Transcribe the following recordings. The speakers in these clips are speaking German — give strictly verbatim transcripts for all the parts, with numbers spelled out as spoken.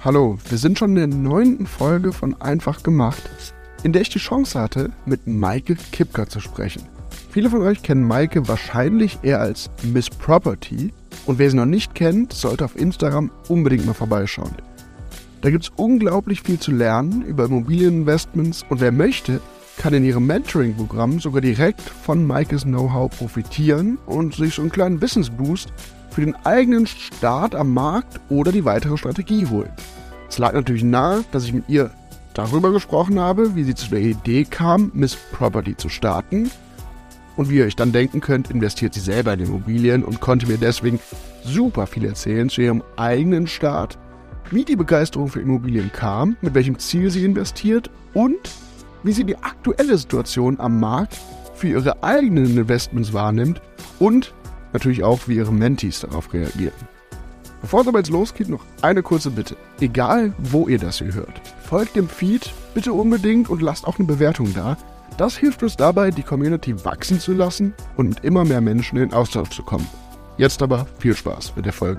Hallo, wir sind schon in der neunten Folge von Einfach gemacht, in der ich die Chance hatte, mit Maike Kipka zu sprechen. Viele von euch kennen Maike wahrscheinlich eher als Miss Property und wer sie noch nicht kennt, sollte auf Instagram unbedingt mal vorbeischauen. Da gibt es unglaublich viel zu lernen über Immobilieninvestments und wer möchte, kann in ihrem Mentoring-Programm sogar direkt von Maikes Know-how profitieren und sich so einen kleinen Wissensboost für den eigenen Start am Markt oder die weitere Strategie holen. Es lag natürlich nahe, dass ich mit ihr darüber gesprochen habe, wie sie zu der Idee kam, Miss Property zu starten. Und wie ihr euch dann denken könnt, investiert sie selber in Immobilien und konnte mir deswegen super viel erzählen zu ihrem eigenen Start, wie die Begeisterung für Immobilien kam, mit welchem Ziel sie investiert und wie sie die aktuelle Situation am Markt für ihre eigenen Investments wahrnimmt und natürlich auch, wie ihre Mentees darauf reagieren. Bevor es aber jetzt losgeht, noch eine kurze Bitte. Egal, wo ihr das hier hört, folgt dem Feed bitte unbedingt und lasst auch eine Bewertung da. Das hilft uns dabei, die Community wachsen zu lassen und mit immer mehr Menschen in den Austausch zu kommen. Jetzt aber viel Spaß mit der Folge.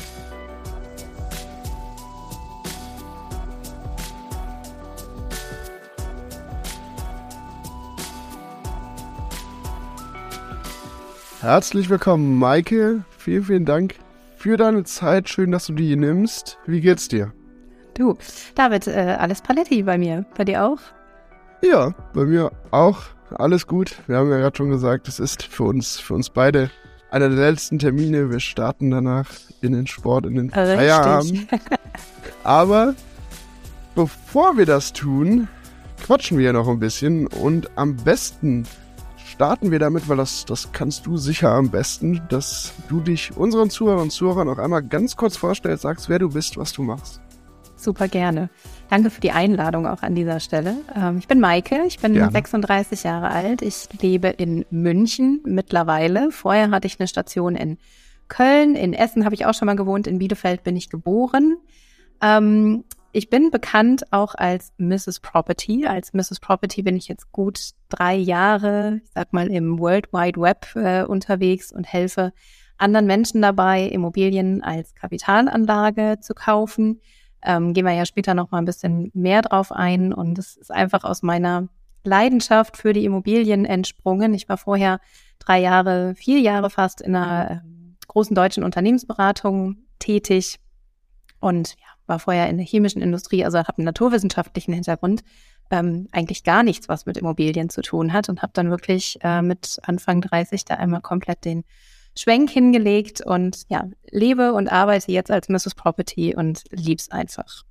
Herzlich willkommen, Maike. Vielen, vielen Dank für deine Zeit. Schön, dass du die hier nimmst. Wie geht's dir? Du, David, äh, alles Paletti bei mir. Bei dir auch? Ja, bei mir auch. Alles gut. Wir haben ja gerade schon gesagt, es ist für uns, für uns beide einer der letzten Termine. Wir starten danach in den Sport, in den Richtig. Feierabend. Aber bevor wir das tun, quatschen wir ja noch ein bisschen und am besten starten wir damit, weil das, das kannst du sicher am besten, dass du dich unseren Zuhörern und Zuhörern noch einmal ganz kurz vorstellst, sagst, wer du bist, was du machst. Super gerne. Danke für die Einladung auch an dieser Stelle. Ähm, ich bin Maike, ich bin gerne. sechsunddreißig Jahre alt. Ich lebe in München mittlerweile. Vorher hatte ich eine Station in Köln, in Essen habe ich auch schon mal gewohnt, in Bielefeld bin ich geboren. Ähm, Ich bin bekannt auch als Misses Property. Als Misses Property bin ich jetzt gut drei Jahre, ich sag mal, im World Wide Web äh, unterwegs und helfe anderen Menschen dabei, Immobilien als Kapitalanlage zu kaufen. Ähm, gehen wir ja später noch mal ein bisschen mehr drauf ein. Und es ist einfach aus meiner Leidenschaft für die Immobilien entsprungen. Ich war vorher drei Jahre, vier Jahre fast in einer äh, großen deutschen Unternehmensberatung tätig und ja, war vorher in der chemischen Industrie, also habe einen naturwissenschaftlichen Hintergrund, ähm, eigentlich gar nichts, was mit Immobilien zu tun hat und habe dann wirklich äh, mit Anfang dreißig da einmal komplett den Schwenk hingelegt und ja, lebe und arbeite jetzt als Misses Property und lieb's einfach.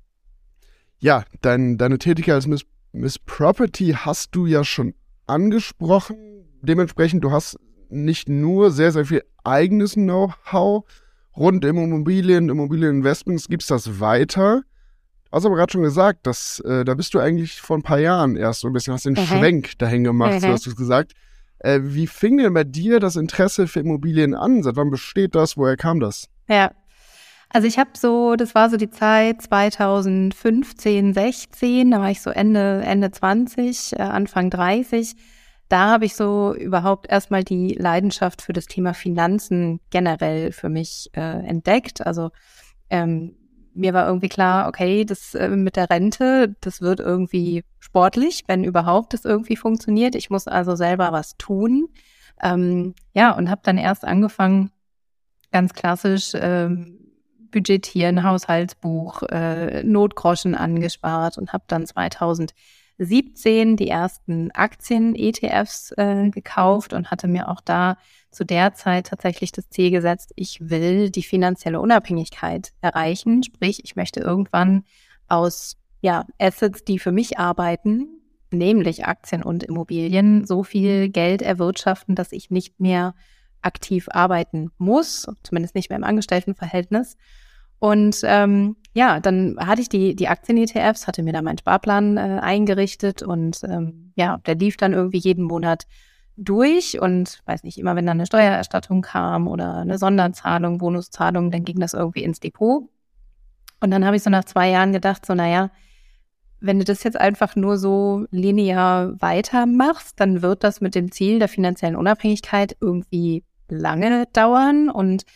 Ja, dein, deine Tätigkeit als Miss, Miss Property hast du ja schon angesprochen. Dementsprechend, du hast nicht nur sehr, sehr viel eigenes Know-how rund um Immobilien, Immobilieninvestments, gibt's das weiter. Du hast aber gerade schon gesagt, dass, äh, da bist du eigentlich vor ein paar Jahren erst so ein bisschen, hast den mhm. Schwenk dahin gemacht, mhm. so hast du es gesagt. Äh, wie fing denn bei dir das Interesse für Immobilien an? Seit wann besteht das? Woher kam das? Ja, also ich habe so, das war so die Zeit zweitausendfünfzehn, sechzehn, da war ich so Ende, Ende zwanzig, äh, Anfang dreißig. Da habe ich so überhaupt erstmal die Leidenschaft für das Thema Finanzen generell für mich äh, entdeckt. Also ähm, mir war irgendwie klar, okay, das äh, mit der Rente, das wird irgendwie sportlich, wenn überhaupt das irgendwie funktioniert. Ich muss also selber was tun. Ähm, ja, und habe dann erst angefangen, ganz klassisch ähm, budgetieren, Haushaltsbuch, äh, Notgroschen angespart und habe dann zweitausendsiebzehn die ersten Aktien-E T Fs äh, gekauft und hatte mir auch da zu der Zeit tatsächlich das Ziel gesetzt, ich will die finanzielle Unabhängigkeit erreichen. Sprich, ich möchte irgendwann aus ja, Assets, die für mich arbeiten, nämlich Aktien und Immobilien, so viel Geld erwirtschaften, dass ich nicht mehr aktiv arbeiten muss, zumindest nicht mehr im Angestelltenverhältnis. Und ähm, ja, dann hatte ich die die Aktien-E T Fs, hatte mir da meinen Sparplan äh, eingerichtet und ähm, ja, der lief dann irgendwie jeden Monat durch und weiß nicht, immer wenn dann eine Steuererstattung kam oder eine Sonderzahlung, Bonuszahlung, dann ging das irgendwie ins Depot. Und dann habe ich so nach zwei Jahren gedacht, so naja, wenn du das jetzt einfach nur so linear weitermachst, dann wird das mit dem Ziel der finanziellen Unabhängigkeit irgendwie lange dauern und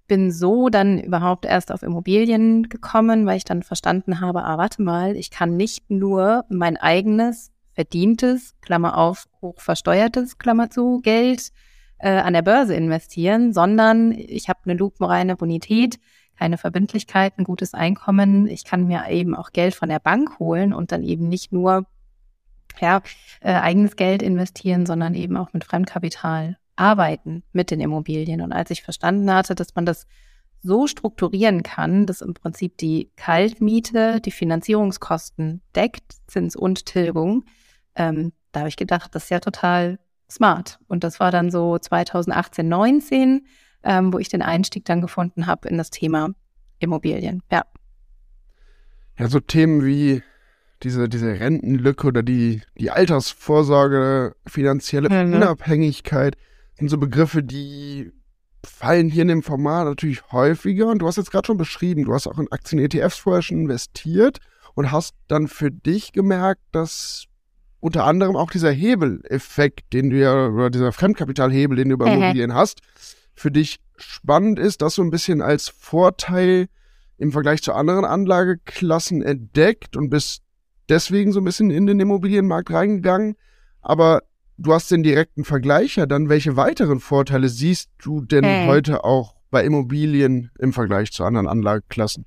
bin so dann überhaupt erst auf Immobilien gekommen, weil ich dann verstanden habe, ah, warte mal, ich kann nicht nur mein eigenes verdientes, Klammer auf, hochversteuertes, Klammer zu, Geld äh, an der Börse investieren, sondern ich habe eine lupenreine Bonität, keine Verbindlichkeiten, gutes Einkommen. Ich kann mir eben auch Geld von der Bank holen und dann eben nicht nur ja, äh, eigenes Geld investieren, sondern eben auch mit Fremdkapital arbeiten mit den Immobilien. Und als ich verstanden hatte, dass man das so strukturieren kann, dass im Prinzip die Kaltmiete die Finanzierungskosten deckt, Zins und Tilgung, ähm, da habe ich gedacht, das ist ja total smart. Und das war dann so zweitausendachtzehn, neunzehn, ähm, wo ich den Einstieg dann gefunden habe in das Thema Immobilien. Ja. Ja, so Themen wie diese, diese Rentenlücke oder die, die Altersvorsorge, finanzielle mhm. Unabhängigkeit sind so Begriffe, die fallen hier in dem Format natürlich häufiger. Und du hast jetzt gerade schon beschrieben, du hast auch in Aktien-E T Fs vorher schon investiert und hast dann für dich gemerkt, dass unter anderem auch dieser Hebeleffekt, den du ja, oder dieser Fremdkapitalhebel, den du bei mhm. Immobilien hast, für dich spannend ist, das so ein bisschen als Vorteil im Vergleich zu anderen Anlageklassen entdeckt und bist deswegen so ein bisschen in den Immobilienmarkt reingegangen. Aber du hast den direkten Vergleich ja dann. Welche weiteren Vorteile siehst du denn hey. heute auch bei Immobilien im Vergleich zu anderen Anlageklassen?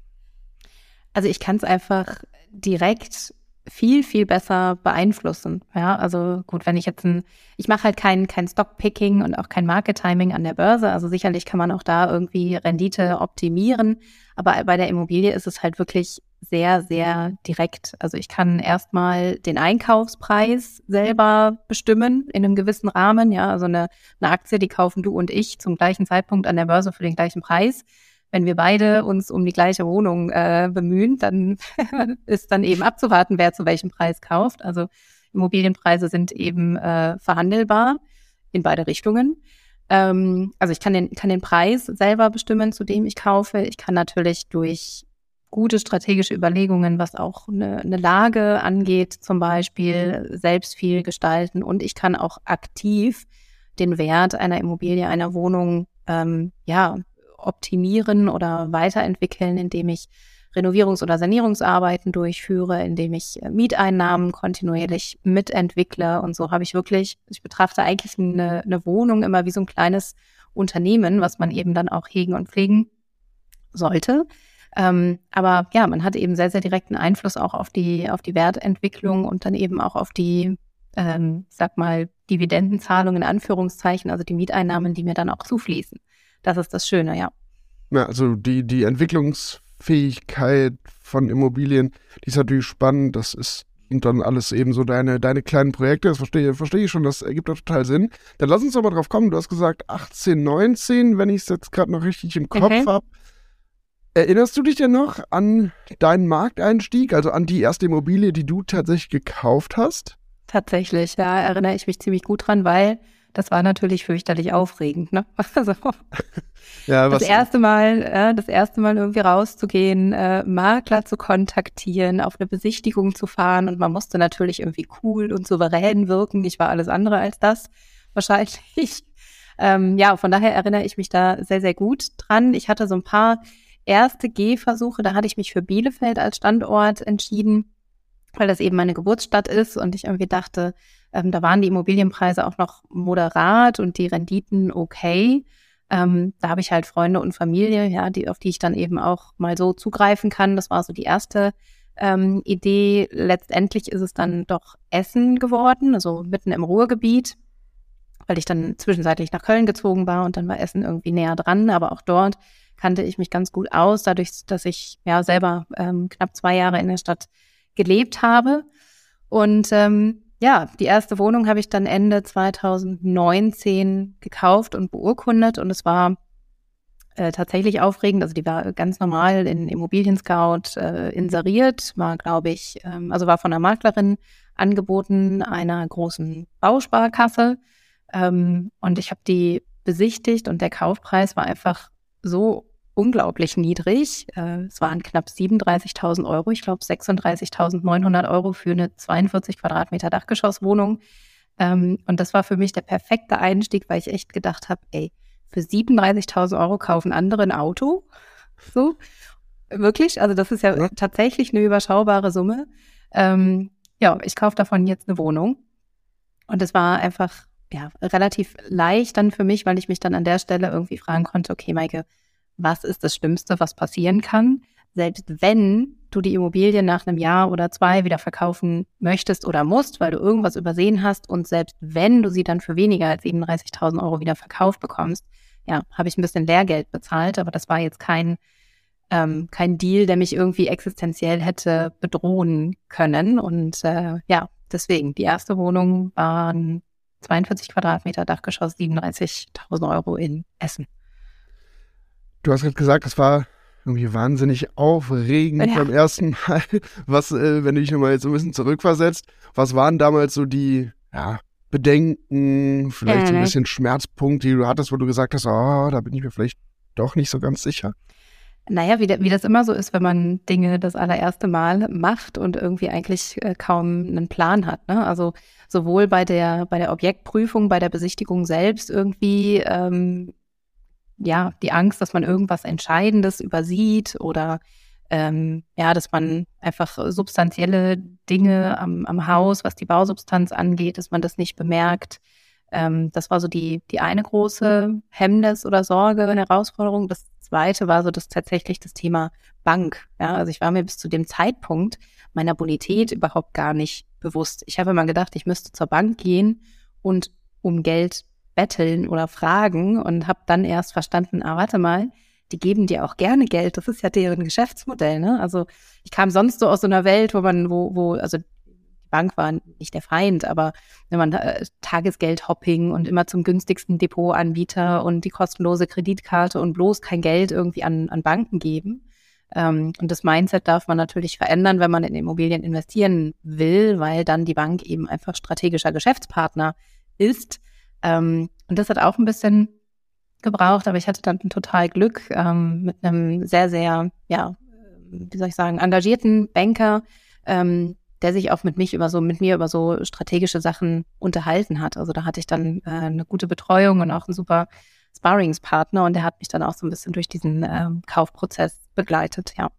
Also ich kann es einfach direkt viel, viel besser beeinflussen. Ja, also gut, wenn ich jetzt ein, ich mache halt kein, kein Stockpicking und auch kein Market Timing an der Börse. Also sicherlich kann man auch da irgendwie Rendite optimieren. Aber bei der Immobilie ist es halt wirklich sehr, sehr direkt. Also ich kann erstmal den Einkaufspreis selber bestimmen in einem gewissen Rahmen. Ja, also eine, eine Aktie, die kaufen du und ich zum gleichen Zeitpunkt an der Börse für den gleichen Preis. Wenn wir beide uns um die gleiche Wohnung äh, bemühen, dann ist dann eben abzuwarten, wer zu welchem Preis kauft. Also Immobilienpreise sind eben äh, verhandelbar in beide Richtungen. Ähm, also ich kann den, kann den Preis selber bestimmen, zu dem ich kaufe. Ich kann natürlich durch gute strategische Überlegungen, was auch eine, eine Lage angeht, zum Beispiel selbst viel gestalten. Und ich kann auch aktiv den Wert einer Immobilie, einer Wohnung, ähm, ja, optimieren oder weiterentwickeln, indem ich Renovierungs- oder Sanierungsarbeiten durchführe, indem ich Mieteinnahmen kontinuierlich mitentwickle. Und so habe ich wirklich, ich betrachte eigentlich eine, eine Wohnung immer wie so ein kleines Unternehmen, was man eben dann auch hegen und pflegen sollte. Ähm, aber ja, man hat eben sehr, sehr direkten Einfluss auch auf die, auf die Wertentwicklung und dann eben auch auf die, ähm, sag mal, Dividendenzahlungen in Anführungszeichen, also die Mieteinnahmen, die mir dann auch zufließen. Das ist das Schöne, ja. Ja, also die, die Entwicklungsfähigkeit von Immobilien, die ist natürlich spannend. Das ist und dann alles eben so deine, deine kleinen Projekte. Das verstehe, verstehe ich schon, das ergibt doch total Sinn. Dann lass uns aber drauf kommen. Du hast gesagt achtzehn, neunzehn, wenn ich es jetzt gerade noch richtig im Kopf okay. habe. Erinnerst du dich denn noch an deinen Markteinstieg, also an die erste Immobilie, die du tatsächlich gekauft hast? Tatsächlich, ja, erinnere ich mich ziemlich gut dran, weil das war natürlich fürchterlich aufregend, ne? Also ja, was das erste Mal, äh, das erste Mal irgendwie rauszugehen, äh, Makler zu kontaktieren, auf eine Besichtigung zu fahren und man musste natürlich irgendwie cool und souverän wirken. Ich war alles andere als das, wahrscheinlich. Ähm, ja, von daher erinnere ich mich da sehr, sehr gut dran. Ich hatte so ein paar erste Gehversuche, da hatte ich mich für Bielefeld als Standort entschieden, weil das eben meine Geburtsstadt ist und ich irgendwie dachte, ähm, da waren die Immobilienpreise auch noch moderat und die Renditen okay. Ähm, da habe ich halt Freunde und Familie, ja, die, auf die ich dann eben auch mal so zugreifen kann. Das war so die erste ähm, Idee. Letztendlich ist es dann doch Essen geworden, also mitten im Ruhrgebiet, weil ich dann zwischenzeitlich nach Köln gezogen war und dann war Essen irgendwie näher dran, aber auch dort kannte ich mich ganz gut aus, dadurch, dass ich ja selber ähm, knapp zwei Jahre in der Stadt gelebt habe. Und ähm, ja, die erste Wohnung habe ich dann Ende zweitausendneunzehn gekauft und beurkundet und es war äh, tatsächlich aufregend. Also die war ganz normal in Immobilien-Scout äh, inseriert, war, glaube ich, ähm, also war von einer Maklerin angeboten, einer großen Bausparkasse. Ähm, und ich habe die besichtigt und der Kaufpreis war einfach so unglaublich niedrig. Äh, es waren knapp siebenunddreißigtausend Euro, ich glaube sechsunddreißigtausendneunhundert Euro für eine zweiundvierzig Quadratmeter Dachgeschosswohnung. Ähm, und das war für mich der perfekte Einstieg, weil ich echt gedacht habe, ey, für siebenunddreißigtausend Euro kaufen andere ein Auto. So, wirklich. Also das ist ja, ja. tatsächlich eine überschaubare Summe. Ähm, ja, ich kaufe davon jetzt eine Wohnung. Und es war einfach ja relativ leicht dann für mich, weil ich mich dann an der Stelle irgendwie fragen konnte, okay, Maike, was ist das Schlimmste, was passieren kann? Selbst wenn du die Immobilie nach einem Jahr oder zwei wieder verkaufen möchtest oder musst, weil du irgendwas übersehen hast und selbst wenn du sie dann für weniger als siebenunddreißigtausend Euro wieder verkauft bekommst, ja, habe ich ein bisschen Lehrgeld bezahlt, aber das war jetzt kein, ähm, kein Deal, der mich irgendwie existenziell hätte bedrohen können. Und äh, ja, deswegen, die erste Wohnung waren zweiundvierzig Quadratmeter, Dachgeschoss, siebenunddreißigtausend Euro in Essen. Du hast gerade gesagt, das war irgendwie wahnsinnig aufregend ja. beim ersten Mal. Was, äh, wenn du dich nochmal jetzt so ein bisschen zurückversetzt, was waren damals so die ja, Bedenken, vielleicht mhm. so ein bisschen Schmerzpunkte, die du hattest, wo du gesagt hast, oh, da bin ich mir vielleicht doch nicht so ganz sicher? Naja, wie, wie das immer so ist, wenn man Dinge das allererste Mal macht und irgendwie eigentlich äh, kaum einen Plan hat. Ne? Also sowohl bei der, bei der Objektprüfung, bei der Besichtigung selbst irgendwie ähm, ja, die Angst, dass man irgendwas Entscheidendes übersieht oder ähm, ja, dass man einfach substanzielle Dinge am, am Haus, was die Bausubstanz angeht, dass man das nicht bemerkt. Ähm, das war so die, die eine große Hemmnis oder Sorge, eine Herausforderung. Das zweite war so das tatsächlich das Thema Bank. Ja, also ich war mir bis zu dem Zeitpunkt meiner Bonität überhaupt gar nicht bewusst. Ich habe immer gedacht, ich müsste zur Bank gehen und um Geld betteln oder fragen und habe dann erst verstanden, ah, warte mal, die geben dir auch gerne Geld, das ist ja deren Geschäftsmodell, ne? Also ich kam sonst so aus so einer Welt, wo man, wo, wo, also die Bank war nicht der Feind, aber wenn man äh, Tagesgeldhopping und immer zum günstigsten Depotanbieter und die kostenlose Kreditkarte und bloß kein Geld irgendwie an, an Banken geben. Ähm, und das Mindset darf man natürlich verändern, wenn man in Immobilien investieren will, weil dann die Bank eben einfach strategischer Geschäftspartner ist. Ähm, und das hat auch ein bisschen gebraucht, aber ich hatte dann total Glück ähm, mit einem sehr, sehr, ja, wie soll ich sagen, engagierten Banker, ähm, der sich auch mit mich über so, mit mir über so strategische Sachen unterhalten hat. Also da hatte ich dann äh, eine gute Betreuung und auch einen super Sparringspartner und der hat mich dann auch so ein bisschen durch diesen ähm, Kaufprozess begleitet, ja.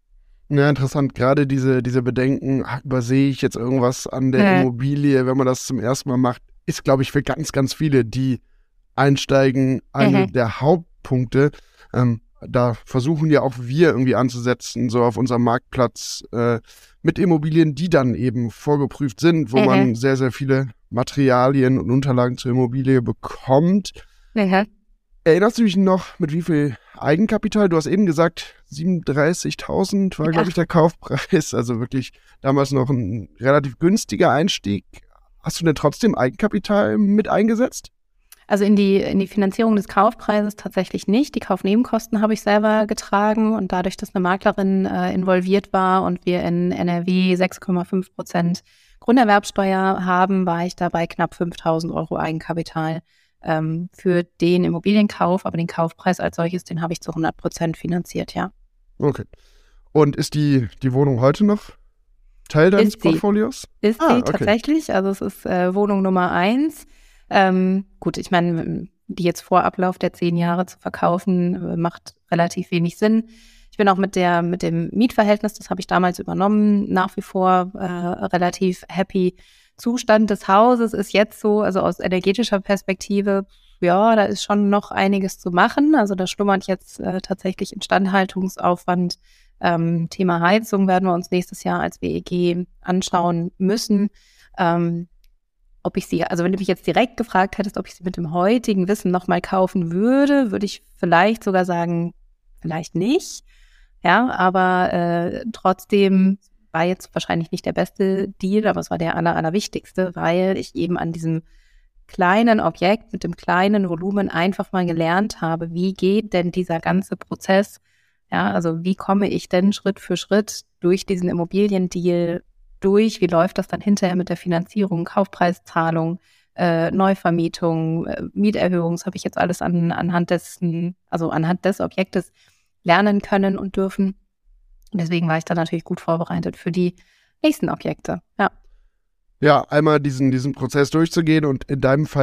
Ja, interessant. Gerade diese, diese Bedenken, ach, übersehe ich jetzt irgendwas an der äh. Immobilie, wenn man das zum ersten Mal macht, ist, glaube ich, für ganz, ganz viele, die einsteigen, eine mhm. der Hauptpunkte. Ähm, da versuchen ja auch wir irgendwie anzusetzen, so auf unserem Marktplatz äh, mit Immobilien, die dann eben vorgeprüft sind, wo mhm. man sehr, sehr viele Materialien und Unterlagen zur Immobilie bekommt. Mhm. Erinnerst du dich noch, mit wie viel Eigenkapital? Du hast eben gesagt, siebenunddreißigtausend war, ja. glaube ich, der Kaufpreis. Also wirklich damals noch ein relativ günstiger Einstieg. Hast du denn trotzdem Eigenkapital mit eingesetzt? Also in die, in die Finanzierung des Kaufpreises tatsächlich nicht. Die Kaufnebenkosten habe ich selber getragen und dadurch, dass eine Maklerin äh, involviert war und wir in N R W sechs Komma fünf Prozent Grunderwerbsteuer haben, war ich dabei knapp fünftausend Euro Eigenkapital ähm, für den Immobilienkauf. Aber den Kaufpreis als solches, den habe ich zu hundert Prozent finanziert, ja. Okay. Und ist die, die Wohnung heute noch Teil deines ist Portfolios? Sie. Ist ah, sie okay. tatsächlich. Also es ist äh, Wohnung Nummer eins. Ähm, gut, ich meine, die jetzt vor Ablauf der zehn Jahre zu verkaufen, äh, macht relativ wenig Sinn. Ich bin auch mit der mit dem Mietverhältnis, das habe ich damals übernommen, nach wie vor äh, relativ happy. Zustand des Hauses ist jetzt so, also aus energetischer Perspektive, ja, da ist schon noch einiges zu machen. Also da schlummert jetzt äh, tatsächlich Instandhaltungsaufwand. Ähm, Thema Heizung werden wir uns nächstes Jahr als W E G anschauen müssen. Ähm, ob ich sie, also wenn du mich jetzt direkt gefragt hättest, ob ich sie mit dem heutigen Wissen nochmal kaufen würde, würde ich vielleicht sogar sagen, vielleicht nicht. Ja, aber äh, trotzdem war jetzt wahrscheinlich nicht der beste Deal, aber es war der aller, allerwichtigste, weil ich eben an diesem kleinen Objekt mit dem kleinen Volumen einfach mal gelernt habe, wie geht denn dieser ganze Prozess, ja, also wie komme ich denn Schritt für Schritt durch diesen Immobiliendeal durch, wie läuft das dann hinterher mit der Finanzierung, Kaufpreiszahlung, äh, Neuvermietung, äh, Mieterhöhung, das habe ich jetzt alles an, anhand dessen, also anhand des Objektes lernen können und dürfen. Und deswegen war ich dann natürlich gut vorbereitet für die nächsten Objekte, ja. Ja, einmal diesen, diesen Prozess durchzugehen und in deinem Fall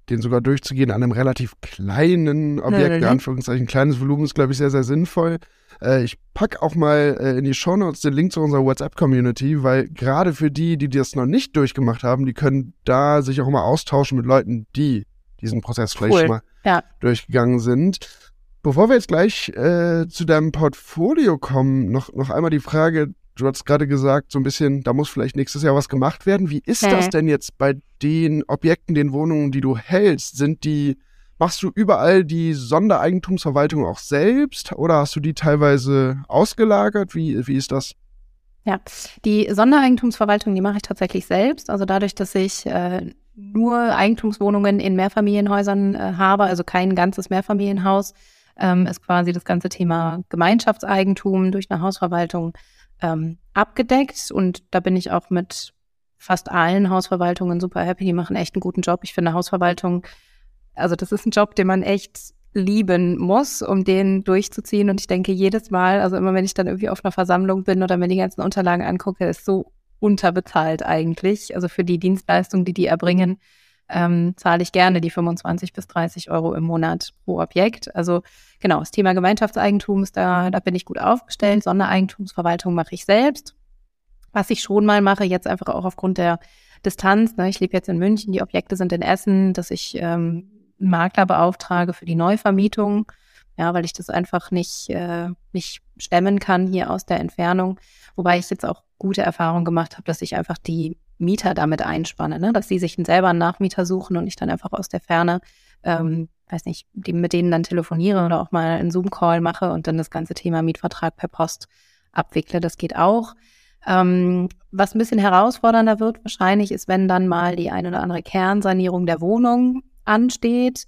den sogar durchzugehen an einem relativ kleinen Objekt, in Anführungszeichen, kleines Volumen ist, glaube ich, sehr, sehr sinnvoll. Äh, ich packe auch mal äh, in die Shownotes den Link zu unserer WhatsApp-Community, weil gerade für die, die das noch nicht durchgemacht haben, die können da sich auch mal austauschen mit Leuten, die diesen Prozess vielleicht cool. schon mal ja. durchgegangen sind. Bevor wir jetzt gleich äh, zu deinem Portfolio kommen, noch, noch einmal die Frage, du hast gerade gesagt, so ein bisschen, da muss vielleicht nächstes Jahr was gemacht werden. Wie ist nee. das denn jetzt bei den Objekten, den Wohnungen, die du hältst? Sind die, machst du überall die Sondereigentumsverwaltung auch selbst oder hast du die teilweise ausgelagert? Wie, wie ist das? Ja, die Sondereigentumsverwaltung, die mache ich tatsächlich selbst. Also dadurch, dass ich äh, nur Eigentumswohnungen in Mehrfamilienhäusern äh, habe, also kein ganzes Mehrfamilienhaus, ähm, ist quasi das ganze Thema Gemeinschaftseigentum durch eine Hausverwaltung ähm, abgedeckt. Und da bin ich auch mit fast allen Hausverwaltungen super happy. Die machen echt einen guten Job. Ich finde Hausverwaltung, also das ist ein Job, den man echt lieben muss, um den durchzuziehen. Und ich denke jedes Mal, also immer wenn ich dann irgendwie auf einer Versammlung bin oder mir die ganzen Unterlagen angucke, ist so unterbezahlt eigentlich. Also für die Dienstleistung, die die erbringen, ähm, zahle ich gerne die fünfundzwanzig bis dreißig Euro im Monat pro Objekt. Also genau, das Thema Gemeinschaftseigentum ist da, da bin ich gut aufgestellt. Sondereigentumsverwaltung mache ich selbst. Was ich schon mal mache, jetzt einfach auch aufgrund der Distanz, ne, ich lebe jetzt in München, die Objekte sind in Essen, dass ich ähm, einen Makler beauftrage für die Neuvermietung, ja, weil ich das einfach nicht, äh, nicht stemmen kann hier aus der Entfernung. Wobei ich jetzt auch gute Erfahrungen gemacht habe, dass ich einfach die Mieter damit einspanne, ne? Dass sie sich selber einen Nachmieter suchen und ich dann einfach aus der Ferne, ähm, weiß nicht, die, mit denen dann telefoniere oder auch mal einen Zoom-Call mache und dann das ganze Thema Mietvertrag per Post abwickle. Das geht auch. Ähm, was ein bisschen herausfordernder wird wahrscheinlich ist, wenn dann mal die ein oder andere Kernsanierung der Wohnung ansteht.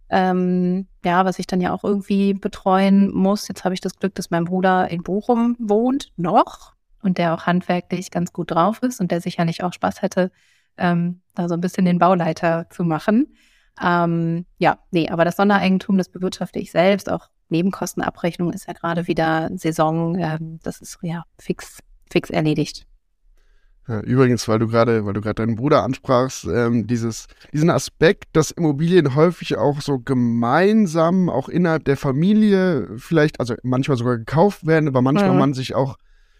Ähm, ja, was ich dann ja auch irgendwie betreuen muss. Jetzt habe ich das Glück, dass mein Bruder in Bochum wohnt, noch, und der auch handwerklich ganz gut drauf ist und der sicherlich auch Spaß hätte, ähm, da so ein bisschen den Bauleiter zu machen. Ähm, ja, nee, aber das Sondereigentum, das bewirtschafte ich selbst. Auch Nebenkostenabrechnung ist ja gerade wieder Saison. Ähm, das ist ja fix, fix erledigt. Ja, übrigens, weil du gerade, weil du gerade deinen Bruder ansprachst, ähm, dieses, diesen Aspekt, dass Immobilien häufig auch so gemeinsam, auch innerhalb der Familie vielleicht, also manchmal sogar gekauft werden, aber manchmal Mhm. man sich auch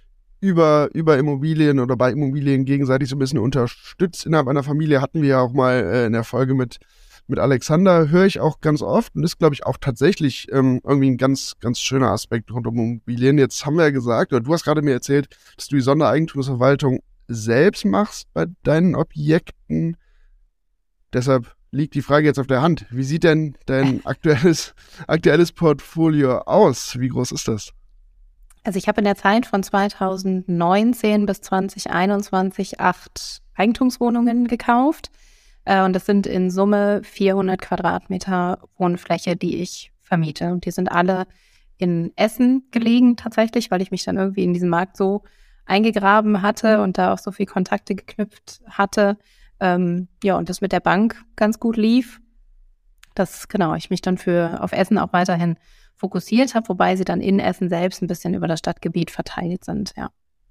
über, über Immobilien oder bei Immobilien gegenseitig so ein bisschen unterstützt. Innerhalb einer Familie hatten wir ja auch mal äh, in der Folge mit, mit Alexander, höre ich auch ganz oft und ist, glaube ich, auch tatsächlich ähm, irgendwie ein ganz, ganz schöner Aspekt rund um Immobilien. Jetzt haben wir ja gesagt, oder du hast gerade mir erzählt, dass du die Sondereigentumsverwaltung selbst machst bei deinen Objekten. Deshalb liegt die Frage jetzt auf der Hand. Wie sieht denn dein aktuelles, aktuelles Portfolio aus? Wie groß ist das? Also ich habe in der Zeit von zweitausendneunzehn bis zweitausendeinundzwanzig acht Eigentumswohnungen gekauft. Äh, und das sind in Summe vierhundert Quadratmeter Wohnfläche, die ich vermiete. Und die sind alle in Essen gelegen tatsächlich, weil ich mich dann irgendwie in diesen Markt so eingegraben hatte und da auch so viel Kontakte geknüpft hatte. Ähm, ja, und das mit der Bank ganz gut lief. Dass, genau, ich mich dann für auf Essen auch weiterhin fokussiert habe, wobei sie dann in Essen selbst ein bisschen über das Stadtgebiet verteilt sind, ja.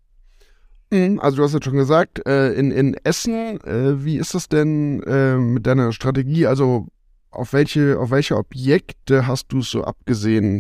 Also du hast jetzt schon gesagt, äh, in, in Essen, äh, wie ist das denn äh, mit deiner Strategie? Also auf welche, auf welche Objekte hast du es so abgesehen?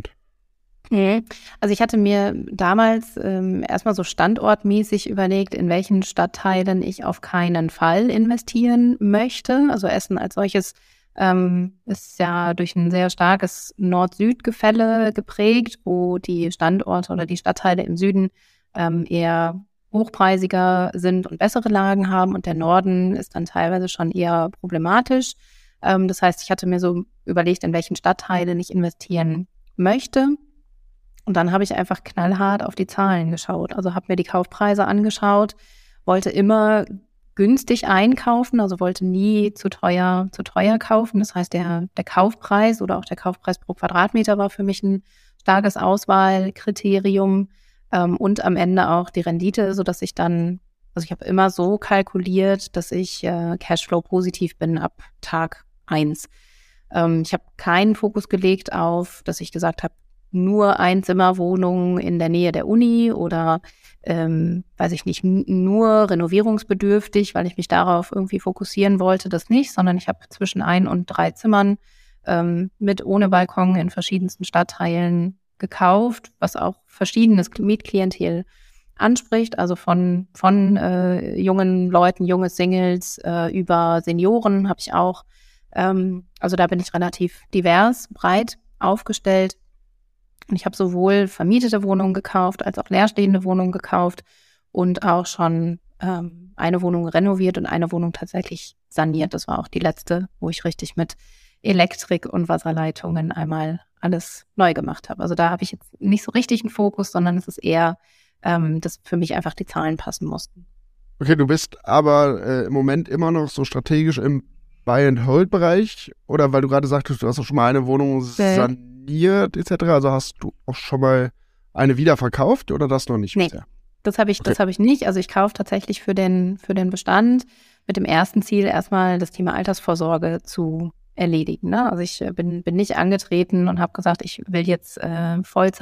Also ich hatte mir damals ähm, erstmal so standortmäßig überlegt, in welchen Stadtteilen ich auf keinen Fall investieren möchte. Also Essen als solches ähm, ist ja durch ein sehr starkes Nord-Süd-Gefälle geprägt, wo die Standorte oder die Stadtteile im Süden ähm, eher hochpreisiger sind und bessere Lagen haben und der Norden ist dann teilweise schon eher problematisch. Ähm, das heißt, ich hatte mir so überlegt, in welchen Stadtteilen ich investieren möchte. Und dann habe ich einfach knallhart auf die Zahlen geschaut. Also habe mir die Kaufpreise angeschaut, wollte immer günstig einkaufen, also wollte nie zu teuer zu teuer kaufen. Das heißt, der, der Kaufpreis oder auch der Kaufpreis pro Quadratmeter war für mich ein starkes Auswahlkriterium ähm, und am Ende auch die Rendite, sodass ich dann, also ich habe immer so kalkuliert, dass ich äh, Cashflow positiv bin ab Tag eins. Ähm, ich habe keinen Fokus gelegt auf, dass ich gesagt habe, nur Einzimmerwohnungen in der Nähe der Uni oder, ähm, weiß ich nicht, n- nur renovierungsbedürftig, weil ich mich darauf irgendwie fokussieren wollte, das nicht, sondern ich habe zwischen ein und drei Zimmern ähm, mit ohne Balkon in verschiedensten Stadtteilen gekauft, was auch verschiedenes Mietklientel anspricht, also von von äh, jungen Leuten, junge Singles äh, über Senioren habe ich auch. Ähm, also da bin ich relativ divers, breit aufgestellt. Und ich habe sowohl vermietete Wohnungen gekauft, als auch leerstehende Wohnungen gekauft und auch schon ähm, eine Wohnung renoviert und eine Wohnung tatsächlich saniert. Das war auch die letzte, wo ich richtig mit Elektrik und Wasserleitungen einmal alles neu gemacht habe. Also da habe ich jetzt nicht so richtig einen Fokus, sondern es ist eher, ähm, dass für mich einfach die Zahlen passen mussten. Okay, du bist aber äh, im Moment immer noch so strategisch im Buy-and-Hold-Bereich, oder weil du gerade sagtest, du hast auch schon mal eine Wohnung saniert et cetera. Also hast du auch schon mal eine wieder verkauft oder das noch nicht Nee, bisher? das habe ich, Okay. das habe ich nicht. Also ich kaufe tatsächlich für den, für den Bestand mit dem ersten Ziel, erstmal das Thema Altersvorsorge zu erledigen. Ne? Also ich äh, bin, bin nicht angetreten und habe gesagt, ich will jetzt äh,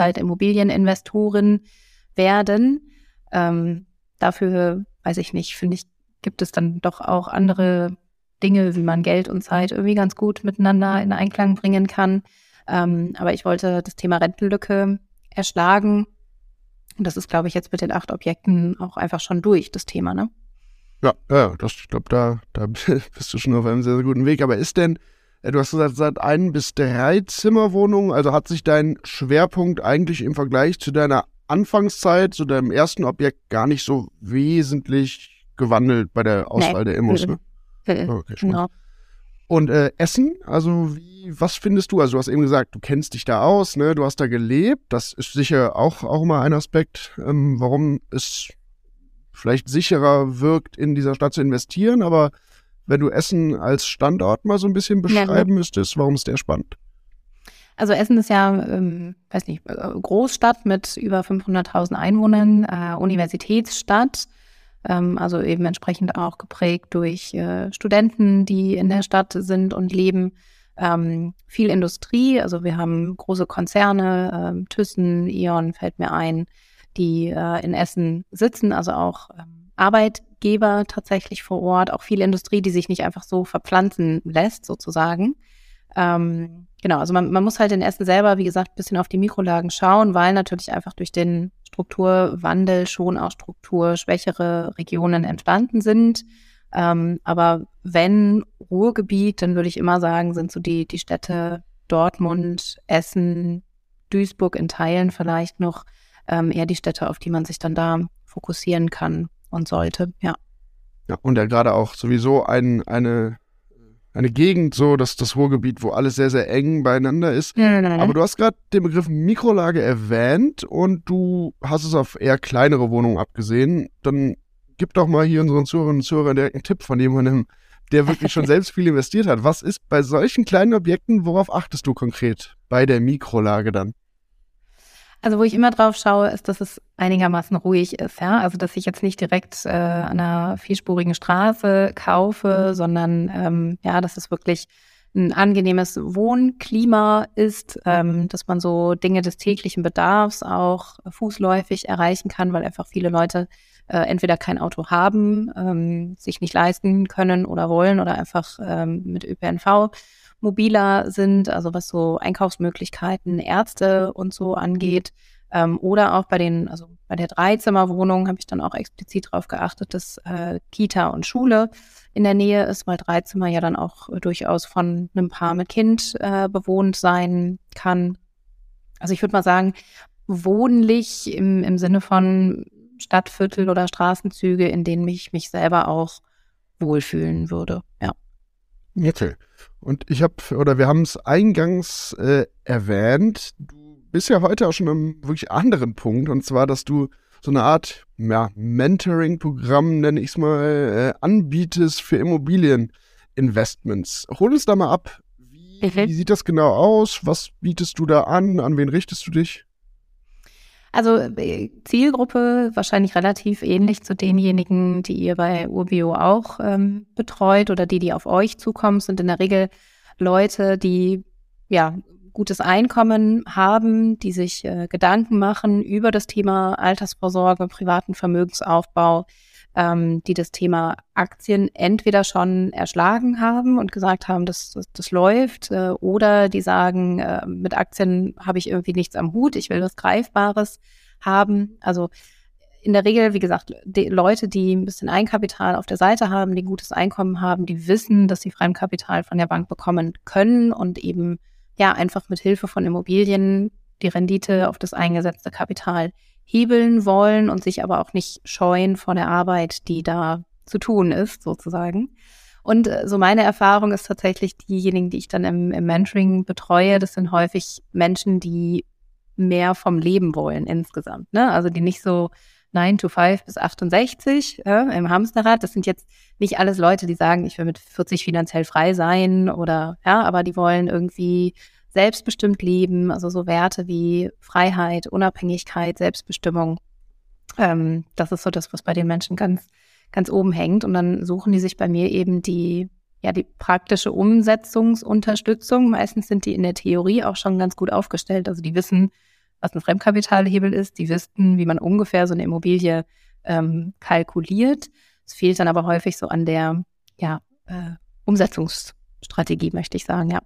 Vollzeit-Immobilieninvestorin werden. Ähm, dafür, weiß ich nicht, finde ich, gibt es dann doch auch andere Dinge, wie man Geld und Zeit irgendwie ganz gut miteinander in Einklang bringen kann. Ähm, aber ich wollte das Thema Rentenlücke erschlagen. Und das ist, glaube ich, jetzt mit den acht Objekten auch einfach schon durch, das Thema, ne? Ja, ja, das, ich glaube, da, da bist du schon auf einem sehr, sehr guten Weg. Aber ist denn, äh, du hast gesagt, seit ein bis drei Zimmerwohnungen, also hat sich dein Schwerpunkt eigentlich im Vergleich zu deiner Anfangszeit, zu deinem ersten Objekt gar nicht so wesentlich gewandelt bei der Auswahl Nee. der Immos, ne? Mhm. Okay, schon. Genau. Und äh, Essen, also wie, was findest du? Also du hast eben gesagt, du kennst dich da aus, ne? Du hast da gelebt. Das ist sicher auch, auch immer ein Aspekt, ähm, warum es vielleicht sicherer wirkt, in dieser Stadt zu investieren. Aber wenn du Essen als Standort mal so ein bisschen beschreiben Ja. müsstest, warum ist der spannend? Also Essen ist ja, ähm, weiß nicht, äh, Großstadt mit über fünfhunderttausend Einwohnern, äh, Universitätsstadt. Ähm, also eben entsprechend auch geprägt durch äh, Studenten, die in der Stadt sind und leben. Ähm, viel Industrie, also wir haben große Konzerne, ähm, Thyssen, E.ON fällt mir ein, die äh, in Essen sitzen, also auch ähm, Arbeitgeber tatsächlich vor Ort, auch viel Industrie, die sich nicht einfach so verpflanzen lässt sozusagen. Ähm, genau, also man, man muss halt in Essen selber, wie gesagt, ein bisschen auf die Mikrolagen schauen, weil natürlich einfach durch den Strukturwandel schon auch strukturschwächere Regionen entstanden sind. Ähm, aber wenn Ruhrgebiet, dann würde ich immer sagen, sind so die, die Städte Dortmund, Essen, Duisburg in Teilen vielleicht noch ähm, eher die Städte, auf die man sich dann da fokussieren kann und sollte, ja. Ja, und ja gerade auch sowieso ein, eine, eine Gegend, so dass das Ruhrgebiet, wo alles sehr, sehr eng beieinander ist. Aber du hast gerade den Begriff Mikrolage erwähnt und du hast es auf eher kleinere Wohnungen abgesehen. Dann gib doch mal hier unseren Zuhörerinnen und Zuhörern direkt einen Tipp von jemandem, der wirklich schon selbst viel investiert hat. Was ist bei solchen kleinen Objekten, worauf achtest du konkret bei der Mikrolage dann? Also wo ich immer drauf schaue, ist, dass es einigermaßen ruhig ist, ja. Also dass ich jetzt nicht direkt äh, an einer vierspurigen Straße kaufe, sondern ähm, ja, dass es wirklich ein angenehmes Wohnklima ist, ähm, dass man so Dinge des täglichen Bedarfs auch fußläufig erreichen kann, weil einfach viele Leute äh, entweder kein Auto haben, ähm, sich nicht leisten können oder wollen oder einfach ähm, mit Ö P N V mobiler sind, also was so Einkaufsmöglichkeiten, Ärzte und so angeht. Ähm, oder auch bei den, also bei der Dreizimmerwohnung habe ich dann auch explizit darauf geachtet, dass äh, Kita und Schule in der Nähe ist, weil Dreizimmer ja dann auch äh, durchaus von einem Paar mit Kind äh, bewohnt sein kann. Also ich würde mal sagen, wohnlich im, im Sinne von Stadtviertel oder Straßenzüge, in denen ich mich selber auch wohlfühlen würde, ja. Okay. Und ich habe, oder wir haben es eingangs äh, erwähnt, du bist ja heute auch schon an einem wirklich anderen Punkt, und zwar, dass du so eine Art ja, Mentoring-Programm, nenne ich es mal, äh, anbietest für Immobilieninvestments. Hol uns da mal ab. Wie, Mhm. wie sieht das genau aus? Was bietest du da an? An wen richtest du dich? Also äh, Zielgruppe wahrscheinlich relativ ähnlich zu denjenigen, die ihr bei Urbio auch ähm, betreut oder die, die auf euch zukommen, sind in der Regel Leute, die ja gutes Einkommen haben, die sich äh, Gedanken machen über das Thema Altersvorsorge, privaten Vermögensaufbau, ähm, die das Thema Aktien entweder schon erschlagen haben und gesagt haben, das, das, das läuft, äh, oder die sagen, äh, mit Aktien habe ich irgendwie nichts am Hut, ich will was Greifbares haben. Also in der Regel, wie gesagt, die Leute, die ein bisschen Eigenkapital auf der Seite haben, die ein gutes Einkommen haben, die wissen, dass sie Fremdkapital von der Bank bekommen können und eben ja einfach mit Hilfe von Immobilien die Rendite auf das eingesetzte Kapital hebeln wollen und sich aber auch nicht scheuen vor der Arbeit, die da zu tun ist, sozusagen. Und so meine Erfahrung ist tatsächlich, diejenigen, die ich dann im, im Mentoring betreue, das sind häufig Menschen, die mehr vom Leben wollen insgesamt, ne? Also die nicht so neun to five bis achtundsechzig äh, im Hamsterrad. Das sind jetzt nicht alles Leute, die sagen, ich will mit vierzig finanziell frei sein oder ja, aber die wollen irgendwie selbstbestimmt leben, also so Werte wie Freiheit, Unabhängigkeit, Selbstbestimmung. Ähm, das ist so das, was bei den Menschen ganz, ganz oben hängt. Und dann suchen die sich bei mir eben die, ja, die praktische Umsetzungsunterstützung. Meistens sind die in der Theorie auch schon ganz gut aufgestellt. Also die wissen, was ein Fremdkapitalhebel ist. Die wissen, wie man ungefähr so eine Immobilie ähm, kalkuliert. Es fehlt dann aber häufig so an der ja, äh, Umsetzungsstrategie, möchte ich sagen, ja.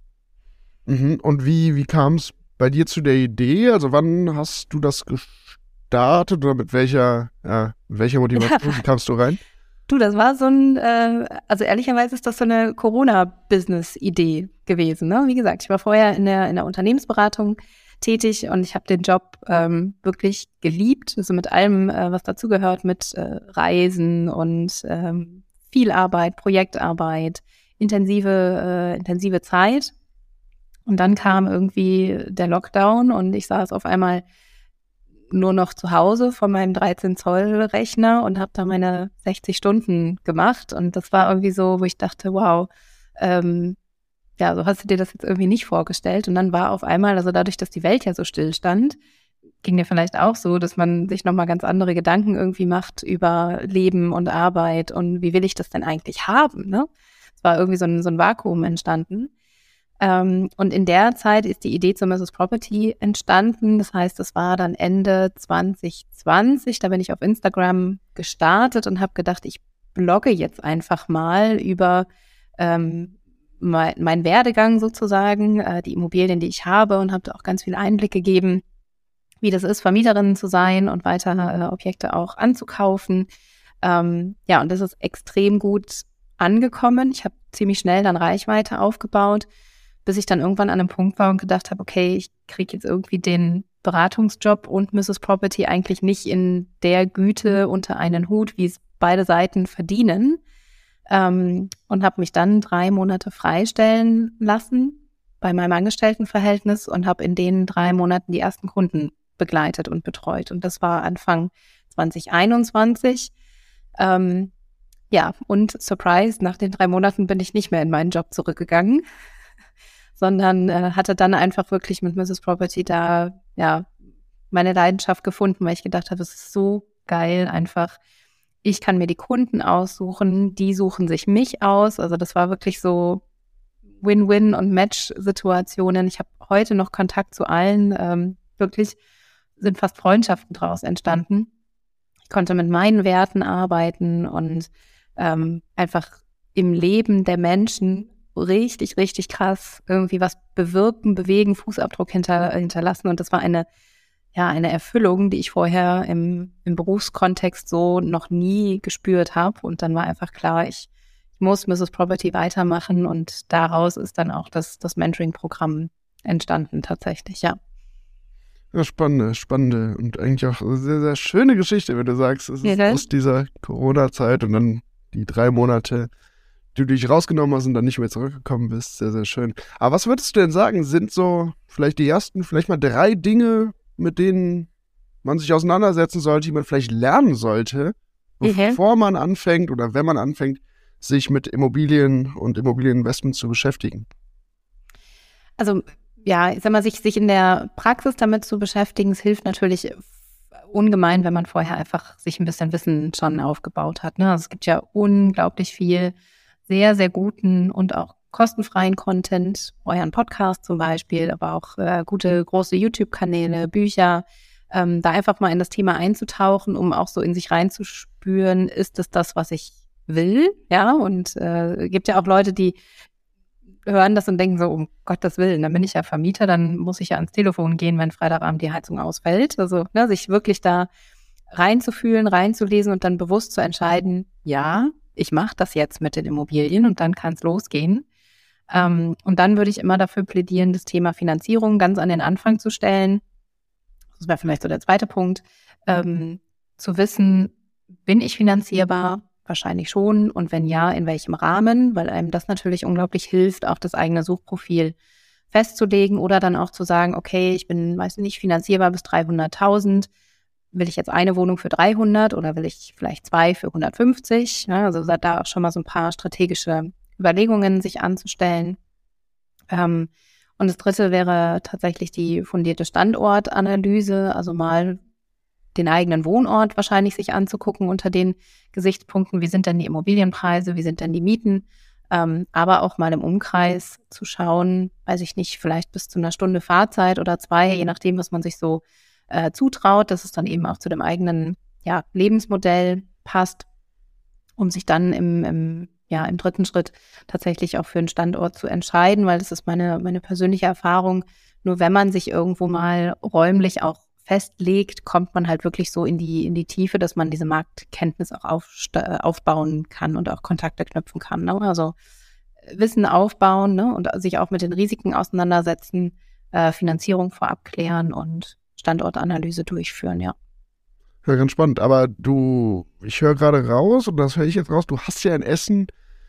Mhm. Und wie, wie kam es bei dir zu der Idee? Also wann hast du das gestartet oder mit welcher, ja, mit welcher Motivation ja. kamst du rein? Du, das war so ein, äh, also ehrlicherweise ist das so eine Corona-Business-Idee gewesen, ne? Wie gesagt, ich war vorher in der, in der Unternehmensberatung tätig und ich habe den Job ähm, wirklich geliebt, also mit allem, äh, was dazugehört, mit äh, Reisen und ähm, viel Arbeit, Projektarbeit, intensive, äh, intensive Zeit. Und dann kam irgendwie der Lockdown und ich saß auf einmal nur noch zu Hause vor meinem dreizehn Zoll Rechner und habe da meine sechzig Stunden gemacht. Und das war irgendwie so, wo ich dachte, wow, ähm, ja, so hast du dir das jetzt irgendwie nicht vorgestellt. Und dann war auf einmal, also dadurch, dass die Welt ja so still stand, ging dir vielleicht auch so, dass man sich nochmal ganz andere Gedanken irgendwie macht über Leben und Arbeit und wie will ich das denn eigentlich haben, ne? Es war irgendwie so ein, so ein Vakuum entstanden. Ähm, und in der Zeit ist die Idee zur Missus Property entstanden. Das heißt, das war dann Ende zwanzig zwanzig. Da bin ich auf Instagram gestartet und habe gedacht, ich blogge jetzt einfach mal über ähm, mein, mein Werdegang sozusagen, äh, die Immobilien, die ich habe, und habe da auch ganz viel Einblick gegeben, wie das ist, Vermieterin zu sein und weiter äh, Objekte auch anzukaufen. Ähm, ja, und das ist extrem gut angekommen. Ich habe ziemlich schnell dann Reichweite aufgebaut, bis ich dann irgendwann an einem Punkt war und gedacht habe, okay, ich kriege jetzt irgendwie den Beratungsjob und Missus Property eigentlich nicht in der Güte unter einen Hut, wie es beide Seiten verdienen. Ähm, und habe mich dann drei Monate freistellen lassen bei meinem Angestelltenverhältnis und habe in den drei Monaten die ersten Kunden begleitet und betreut. Und das war Anfang zwanzig einundzwanzig. Ähm, ja, und Surprise, nach den drei Monaten bin ich nicht mehr in meinen Job zurückgegangen, sondern äh, hatte dann einfach wirklich mit Missus Property da ja meine Leidenschaft gefunden, weil ich gedacht habe, es ist so geil einfach. Ich kann mir die Kunden aussuchen, die suchen sich mich aus. Also das war wirklich so Win-Win- und Match-Situationen. Ich habe heute noch Kontakt zu allen. Ähm, wirklich sind fast Freundschaften daraus entstanden. Ich konnte mit meinen Werten arbeiten und ähm, einfach im Leben der Menschen richtig, richtig krass irgendwie was bewirken, bewegen, Fußabdruck hinter, hinterlassen. Und das war eine, ja, eine Erfüllung, die ich vorher im, im Berufskontext so noch nie gespürt habe. Und dann war einfach klar, ich, ich muss Missus Property weitermachen. Und daraus ist dann auch das, das Mentoring-Programm entstanden tatsächlich, ja. Ja, spannende, spannende und eigentlich auch eine sehr, sehr schöne Geschichte, wenn du sagst, es ist ja, aus dieser Corona-Zeit und dann die drei Monate, die du dich rausgenommen hast und dann nicht mehr zurückgekommen bist. Sehr, sehr schön. Aber was würdest du denn sagen, sind so vielleicht die ersten, vielleicht mal drei Dinge, mit denen man sich auseinandersetzen sollte, die man vielleicht lernen sollte, bevor mhm. man anfängt oder wenn man anfängt, sich mit Immobilien und Immobilieninvestment zu beschäftigen? Also ja, ich sag mal, sich, sich in der Praxis damit zu beschäftigen, es hilft natürlich ungemein, wenn man vorher einfach sich ein bisschen Wissen schon aufgebaut hat, ne? Also es gibt ja unglaublich viel sehr, sehr guten und auch kostenfreien Content, euren Podcast zum Beispiel, aber auch äh, gute große YouTube-Kanäle, Bücher, ähm, da einfach mal in das Thema einzutauchen, um auch so in sich reinzuspüren, ist es das, was ich will? Ja, und äh, gibt ja auch Leute, die hören das und denken so, um Gottes Willen, dann bin ich ja Vermieter, dann muss ich ja ans Telefon gehen, wenn Freitagabend die Heizung ausfällt. Also ne, sich wirklich da reinzufühlen, reinzulesen und dann bewusst zu entscheiden, ja, ich mache das jetzt mit den Immobilien und dann kann es losgehen. Ähm, und dann würde ich immer dafür plädieren, das Thema Finanzierung ganz an den Anfang zu stellen. Das wäre vielleicht so der zweite Punkt. Ähm, zu wissen, bin ich finanzierbar? Wahrscheinlich schon. Und wenn ja, in welchem Rahmen? Weil einem das natürlich unglaublich hilft, auch das eigene Suchprofil festzulegen oder dann auch zu sagen, okay, ich bin, weiß nicht, finanzierbar bis dreihunderttausend. Will ich jetzt eine Wohnung für dreihundert oder will ich vielleicht zwei für hundertfünfzig? Ja, also da auch schon mal so ein paar strategische Überlegungen sich anzustellen. Ähm, und das dritte wäre tatsächlich die fundierte Standortanalyse, also mal den eigenen Wohnort wahrscheinlich sich anzugucken unter den Gesichtspunkten, wie sind denn die Immobilienpreise, wie sind denn die Mieten, ähm, aber auch mal im Umkreis zu schauen, weiß ich nicht, vielleicht bis zu einer Stunde Fahrzeit oder zwei, je nachdem, was man sich so äh, zutraut, dass es dann eben auch zu dem eigenen ja, Lebensmodell passt, um sich dann im, im, ja, im dritten Schritt tatsächlich auch für einen Standort zu entscheiden, weil das ist meine, meine persönliche Erfahrung, nur wenn man sich irgendwo mal räumlich auch festlegt, kommt man halt wirklich so in die in die Tiefe, dass man diese Marktkenntnis auch aufsta- aufbauen kann und auch Kontakte knüpfen kann. Ne? Also Wissen aufbauen, ne? Und sich auch mit den Risiken auseinandersetzen, äh, Finanzierung vorab klären und Standortanalyse durchführen, ja. Ja, ganz spannend. Aber du, ich höre gerade raus, und das höre ich jetzt raus, du hast ja in Essen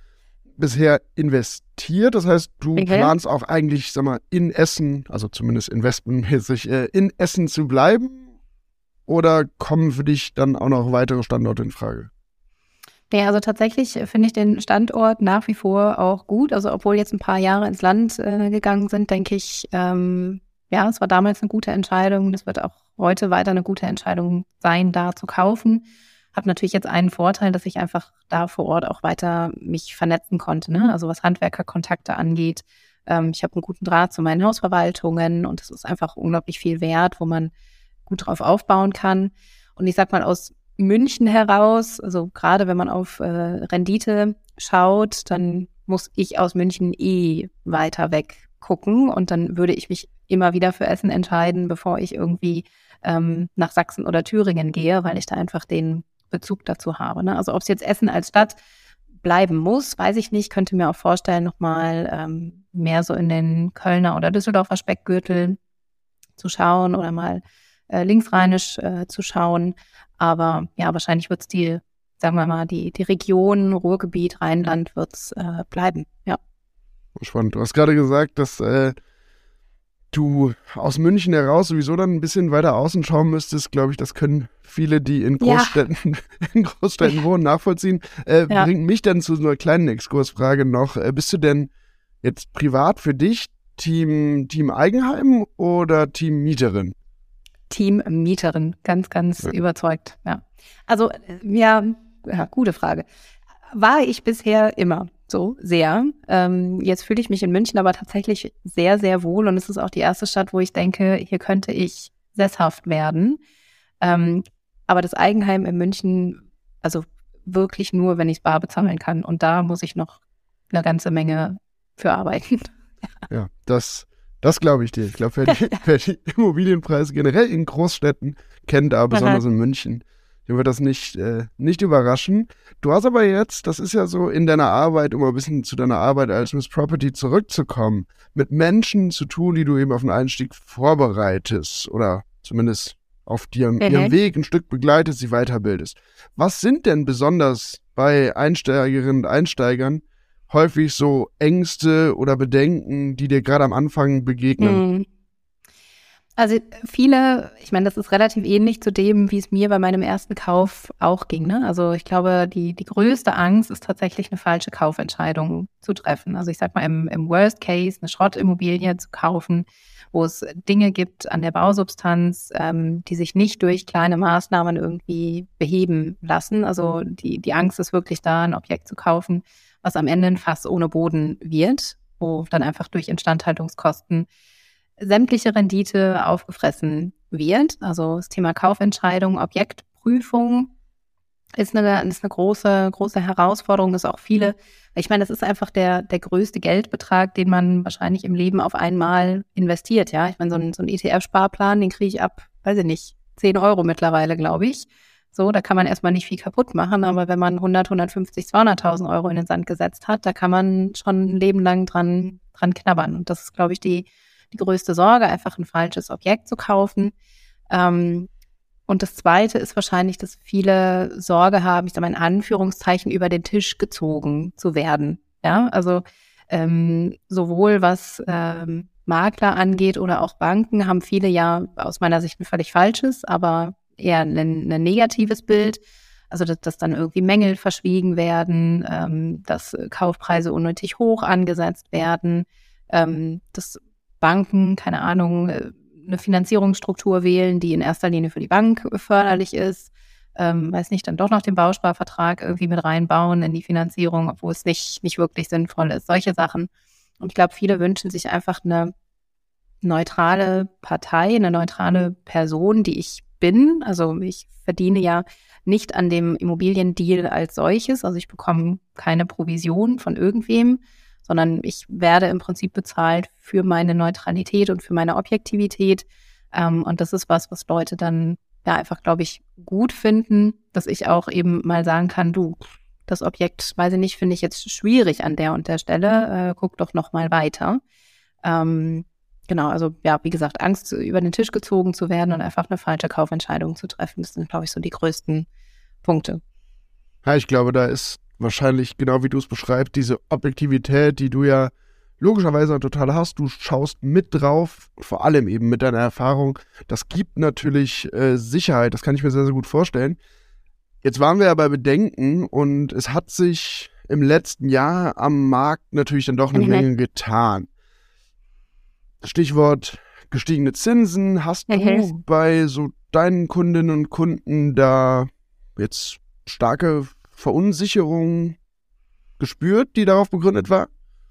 bisher investiert. Das heißt, du Okay. planst auch eigentlich, sag mal, in Essen, also zumindest investmentmäßig, äh, in Essen zu bleiben? Oder kommen für dich dann auch noch weitere Standorte in Frage? Ja, also tatsächlich finde ich den Standort nach wie vor auch gut. Also obwohl jetzt ein paar Jahre ins Land äh, gegangen sind, denke ich, ähm, ja, es war damals eine gute Entscheidung. Das wird auch heute weiter eine gute Entscheidung sein, da zu kaufen. Habe natürlich jetzt einen Vorteil, dass ich einfach da vor Ort auch weiter mich vernetzen konnte, ne? Also was Handwerkerkontakte angeht. Ähm, ich habe einen guten Draht zu meinen Hausverwaltungen und das ist einfach unglaublich viel wert, wo man gut drauf aufbauen kann. Und ich sag mal, aus München heraus, also gerade wenn man auf äh, Rendite schaut, dann muss ich aus München eh weiter weg gucken und dann würde ich mich immer wieder für Essen entscheiden, bevor ich irgendwie ähm, nach Sachsen oder Thüringen gehe, weil ich da einfach den Bezug dazu habe. Ne? Also ob es jetzt Essen als Stadt bleiben muss, weiß ich nicht. Könnte mir auch vorstellen, nochmal ähm, mehr so in den Kölner oder Düsseldorfer Speckgürtel zu schauen oder mal äh, linksrheinisch äh, zu schauen. Aber ja, wahrscheinlich wird es die, sagen wir mal, die, die Region, Ruhrgebiet, Rheinland wird es äh, bleiben, ja. Spannend. Du hast gerade gesagt, dass äh, du aus München heraus sowieso dann ein bisschen weiter außen schauen müsstest. Glaube ich, das können viele, die in Großstädten, ja. in Großstädten wohnen, nachvollziehen. Äh, ja. Bringt mich dann zu so einer kleinen Exkursfrage noch. Äh, bist du denn jetzt privat für dich Team, Team Eigenheim oder Team Mieterin? Team Mieterin, ganz, ganz ja. überzeugt, ja. Also, ja, ja, gute Frage. War ich bisher immer so sehr. Ähm, jetzt fühle ich mich in München aber tatsächlich sehr, sehr wohl und es ist auch die erste Stadt, wo ich denke, hier könnte ich sesshaft werden. Ähm, aber das Eigenheim in München, also wirklich nur, wenn ich es bar bezahlen kann und da muss ich noch eine ganze Menge für arbeiten. Ja, ja das Das glaube ich dir. Ich glaube, wer, wer die Immobilienpreise generell in Großstädten kennt, aber besonders in München, dem wird das nicht, äh, nicht überraschen. Du hast aber jetzt, das ist ja so in deiner Arbeit, um ein bisschen zu deiner Arbeit als Miss Property zurückzukommen, mit Menschen zu tun, die du eben auf den Einstieg vorbereitest oder zumindest auf ihrem, mhm. ihrem Weg ein Stück begleitest, sie weiterbildest. Was sind denn besonders bei Einsteigerinnen und Einsteigern häufig so Ängste oder Bedenken, die dir gerade am Anfang begegnen? Also viele, ich meine, das ist relativ ähnlich zu dem, wie es mir bei meinem ersten Kauf auch ging. Ne? Also ich glaube, die, die größte Angst ist tatsächlich eine falsche Kaufentscheidung zu treffen. Also ich sag mal, im, im Worst Case eine Schrottimmobilie zu kaufen, wo es Dinge gibt an der Bausubstanz, ähm, die sich nicht durch kleine Maßnahmen irgendwie beheben lassen. Also die, die Angst ist wirklich da, ein Objekt zu kaufen, was am Ende ein Fass ohne Boden wird, wo dann einfach durch Instandhaltungskosten sämtliche Rendite aufgefressen wird. Also das Thema Kaufentscheidung, Objektprüfung ist eine, ist eine große, große Herausforderung, dass auch viele, ich meine, das ist einfach der, der größte Geldbetrag, den man wahrscheinlich im Leben auf einmal investiert, ja. Ich meine, so ein, so ein E T F-Sparplan, den kriege ich ab, weiß ich nicht, zehn Euro mittlerweile, glaube ich. So, da kann man erstmal nicht viel kaputt machen, aber wenn man hundert, hundertfünfzig, zweihunderttausend Euro in den Sand gesetzt hat, da kann man schon ein Leben lang dran, dran knabbern. Und das ist, glaube ich, die, die größte Sorge, einfach ein falsches Objekt zu kaufen. Ähm, und das Zweite ist wahrscheinlich, dass viele Sorge haben, ich sage mal in Anführungszeichen, über den Tisch gezogen zu werden. Ja, also ähm, sowohl was ähm, Makler angeht oder auch Banken, haben viele ja aus meiner Sicht ein völlig falsches, aber eher ein, ein negatives Bild. Also dass, dass dann irgendwie Mängel verschwiegen werden, ähm, dass Kaufpreise unnötig hoch angesetzt werden, ähm, dass Banken, keine Ahnung, eine Finanzierungsstruktur wählen, die in erster Linie für die Bank förderlich ist, ähm, weiß nicht, dann doch noch den Bausparvertrag irgendwie mit reinbauen in die Finanzierung, obwohl es nicht, nicht wirklich sinnvoll ist, solche Sachen. Und ich glaube, viele wünschen sich einfach eine neutrale Partei, eine neutrale Person, die ich bin. Also ich verdiene ja nicht an dem Immobiliendeal als solches, also ich bekomme keine Provision von irgendwem, sondern ich werde im Prinzip bezahlt für meine Neutralität und für meine Objektivität. Ähm, und das ist was, was Leute dann ja einfach, glaube ich, gut finden, dass ich auch eben mal sagen kann, du, das Objekt, weiß ich nicht, finde ich jetzt schwierig an der und der Stelle, äh, guck doch noch mal weiter. Ähm, genau, also ja, wie gesagt, Angst, über den Tisch gezogen zu werden und einfach eine falsche Kaufentscheidung zu treffen, das sind, glaube ich, so die größten Punkte. Ja, ich glaube, da ist wahrscheinlich, genau wie du es beschreibst, diese Objektivität, die du ja logischerweise total hast. Du schaust mit drauf, vor allem eben mit deiner Erfahrung. Das gibt natürlich äh, Sicherheit, das kann ich mir sehr, sehr gut vorstellen. Jetzt waren wir ja bei Bedenken und es hat sich im letzten Jahr am Markt natürlich dann doch eine mhm. Menge getan. Stichwort gestiegene Zinsen. Hast mhm. du bei so deinen Kundinnen und Kunden da jetzt starke Verunsicherung gespürt, die darauf begründet war?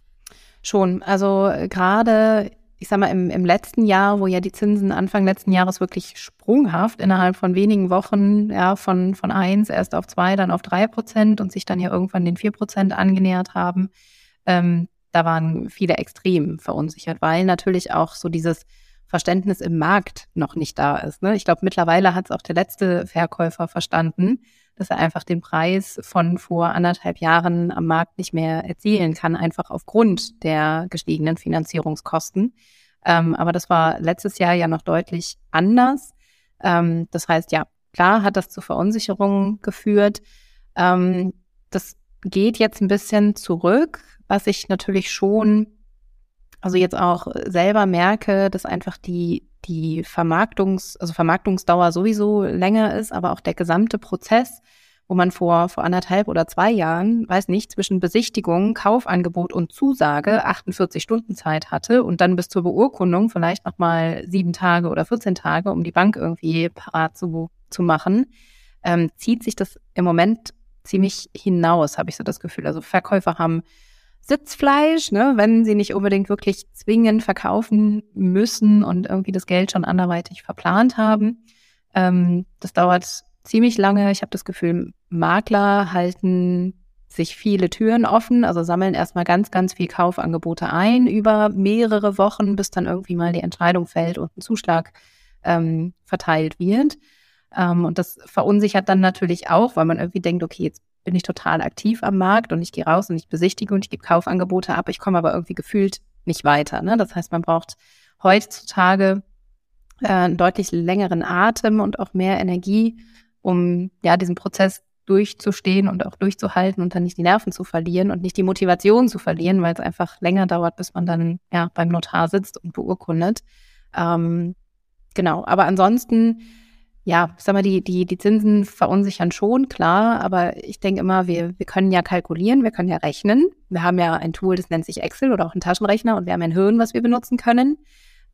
Schon, also gerade, ich sag mal, im, im letzten Jahr, wo ja die Zinsen Anfang letzten Jahres wirklich sprunghaft innerhalb von wenigen Wochen, ja, von, von eins erst auf zwei, dann auf drei Prozent und sich dann ja irgendwann den vier Prozent angenähert haben, ähm, da waren viele extrem verunsichert, weil natürlich auch so dieses Verständnis im Markt noch nicht da ist. Ne? Ich glaube, mittlerweile hat es auch der letzte Verkäufer verstanden, dass er einfach den Preis von vor anderthalb Jahren am Markt nicht mehr erzielen kann, einfach aufgrund der gestiegenen Finanzierungskosten. Ähm, aber das war letztes Jahr ja noch deutlich anders. Ähm, das heißt, ja, klar hat das zu Verunsicherungen geführt. Ähm, das geht jetzt ein bisschen zurück, was ich natürlich schon, also jetzt auch selber merke, dass einfach die die Vermarktungs-, also Vermarktungsdauer sowieso länger ist, aber auch der gesamte Prozess, wo man vor, vor anderthalb oder zwei Jahren, weiß nicht, zwischen Besichtigung, Kaufangebot und Zusage achtundvierzig Stunden Zeit hatte und dann bis zur Beurkundung vielleicht nochmal sieben Tage oder vierzehn Tage, um die Bank irgendwie parat zu, zu machen, ähm, zieht sich das im Moment ziemlich hinaus, habe ich so das Gefühl. Also Verkäufer haben Sitzfleisch, ne, wenn sie nicht unbedingt wirklich zwingend verkaufen müssen und irgendwie das Geld schon anderweitig verplant haben. Ähm, das dauert ziemlich lange. Ich habe das Gefühl, Makler halten sich viele Türen offen, also sammeln erstmal ganz, ganz viel Kaufangebote ein über mehrere Wochen, bis dann irgendwie mal die Entscheidung fällt und ein Zuschlag ähm, verteilt wird. Ähm, und das verunsichert dann natürlich auch, weil man irgendwie denkt, okay, jetzt bin ich total aktiv am Markt und ich gehe raus und ich besichtige und ich gebe Kaufangebote ab. Ich komme aber irgendwie gefühlt nicht weiter. Ne? Das heißt, man braucht heutzutage äh, einen deutlich längeren Atem und auch mehr Energie, um ja diesen Prozess durchzustehen und auch durchzuhalten und dann nicht die Nerven zu verlieren und nicht die Motivation zu verlieren, weil es einfach länger dauert, bis man dann ja beim Notar sitzt und beurkundet. Ähm, genau, aber ansonsten ja, ich sag mal, die, die, die Zinsen verunsichern schon, klar, aber ich denke immer, wir, wir können ja kalkulieren, wir können ja rechnen. Wir haben ja ein Tool, das nennt sich Excel oder auch einen Taschenrechner und wir haben ein Hirn, was wir benutzen können.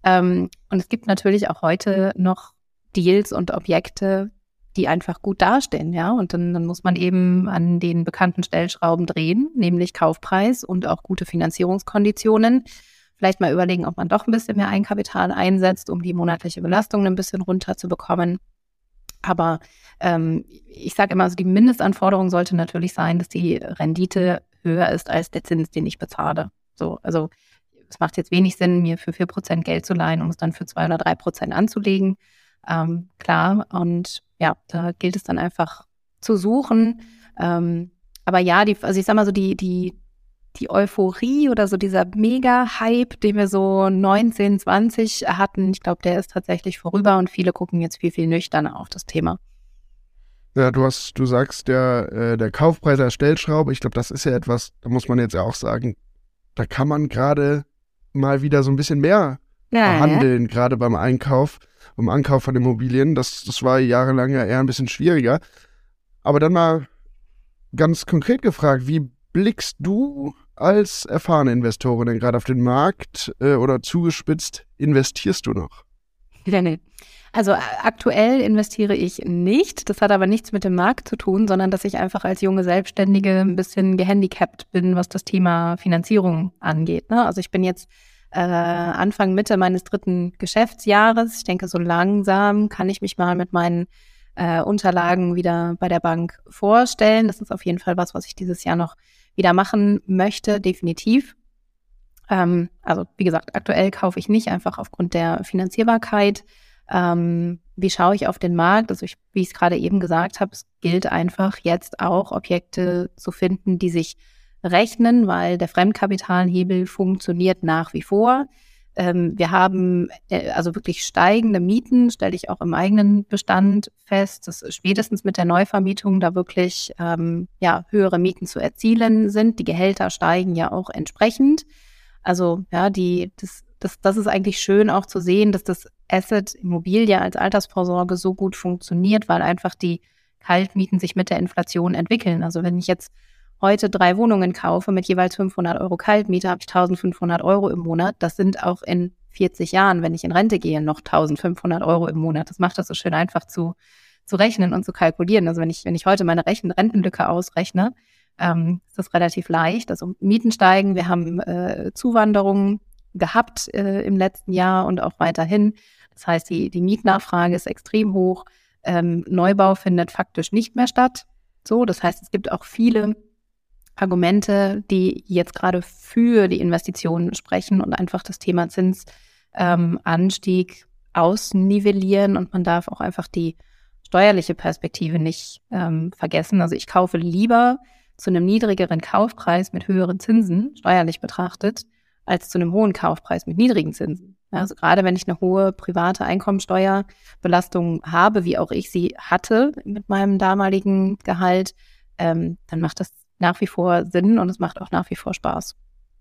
Ähm, und es gibt natürlich auch heute noch Deals und Objekte, die einfach gut dastehen, ja. Und dann, dann muss man eben an den bekannten Stellschrauben drehen, nämlich Kaufpreis und auch gute Finanzierungskonditionen. Vielleicht mal überlegen, ob man doch ein bisschen mehr Eigenkapital einsetzt, um die monatliche Belastung ein bisschen runterzubekommen. Aber ähm, ich sage immer, also die Mindestanforderung sollte natürlich sein, dass die Rendite höher ist als der Zins, den ich bezahle. So, also es macht jetzt wenig Sinn, mir für vier Prozent Geld zu leihen, um es dann für zwei oder drei Prozent anzulegen. Ähm, klar, und ja, da gilt es dann einfach zu suchen. Ähm, aber ja, die, also ich sag mal so, die, die, die Euphorie oder so dieser Mega-Hype, den wir so neunzehn, zwanzig hatten, ich glaube, der ist tatsächlich vorüber und viele gucken jetzt viel, viel nüchterner auf das Thema. Ja, du hast, du sagst, der, äh, der Kaufpreis der Stellschraube, ich glaube, das ist ja etwas, da muss man jetzt ja auch sagen, da kann man gerade mal wieder so ein bisschen mehr ja, verhandeln, ja. Gerade beim Einkauf, beim Ankauf von Immobilien. Das, das war jahrelang ja eher ein bisschen schwieriger. Aber dann mal ganz konkret gefragt, wie blickst du als erfahrene Investorin denn gerade auf den Markt äh, oder zugespitzt, investierst du noch? Ja, nee. Also aktuell investiere ich nicht. Das hat aber nichts mit dem Markt zu tun, sondern dass ich einfach als junge Selbstständige ein bisschen gehandicapt bin, was das Thema Finanzierung angeht. Ne? Also ich bin jetzt äh, Anfang, Mitte meines dritten Geschäftsjahres. Ich denke, so langsam kann ich mich mal mit meinen äh, Unterlagen wieder bei der Bank vorstellen. Das ist auf jeden Fall was, was ich dieses Jahr noch wieder machen möchte, definitiv. Ähm, also wie gesagt, aktuell kaufe ich nicht, einfach aufgrund der Finanzierbarkeit. Ähm, wie schaue ich auf den Markt? Also ich, wie ich es gerade eben gesagt habe, es gilt einfach jetzt auch Objekte zu finden, die sich rechnen, weil der Fremdkapitalhebel funktioniert nach wie vor. Ähm, wir haben äh, also wirklich steigende Mieten, stelle ich auch im eigenen Bestand fest, dass spätestens mit der Neuvermietung da wirklich ähm, ja höhere Mieten zu erzielen sind. Die Gehälter steigen ja auch entsprechend. Also ja, die das Das, das ist eigentlich schön auch zu sehen, dass das Asset Immobilie als Altersvorsorge so gut funktioniert, weil einfach die Kaltmieten sich mit der Inflation entwickeln. Also wenn ich jetzt heute drei Wohnungen kaufe mit jeweils fünfhundert Euro Kaltmiete, habe ich eintausendfünfhundert Euro im Monat. Das sind auch in vierzig Jahren, wenn ich in Rente gehe, noch eintausendfünfhundert Euro im Monat. Das macht das so schön einfach zu, zu rechnen und zu kalkulieren. Also wenn ich, wenn ich heute meine Rechen- Rentenlücke ausrechne, ähm, ist das relativ leicht. Also Mieten steigen, wir haben äh, Zuwanderung gehabt äh, im letzten Jahr und auch weiterhin. Das heißt, die, die Mietnachfrage ist extrem hoch. Ähm, Neubau findet faktisch nicht mehr statt. So, das heißt, es gibt auch viele Argumente, die jetzt gerade für die Investitionen sprechen und einfach das Thema Zinsanstieg ähm, ausnivellieren. Und man darf auch einfach die steuerliche Perspektive nicht ähm, vergessen. Also ich kaufe lieber zu einem niedrigeren Kaufpreis mit höheren Zinsen, steuerlich betrachtet, als zu einem hohen Kaufpreis mit niedrigen Zinsen. Also gerade wenn ich eine hohe private Einkommensteuerbelastung habe, wie auch ich sie hatte mit meinem damaligen Gehalt, ähm, dann macht das nach wie vor Sinn und es macht auch nach wie vor Spaß.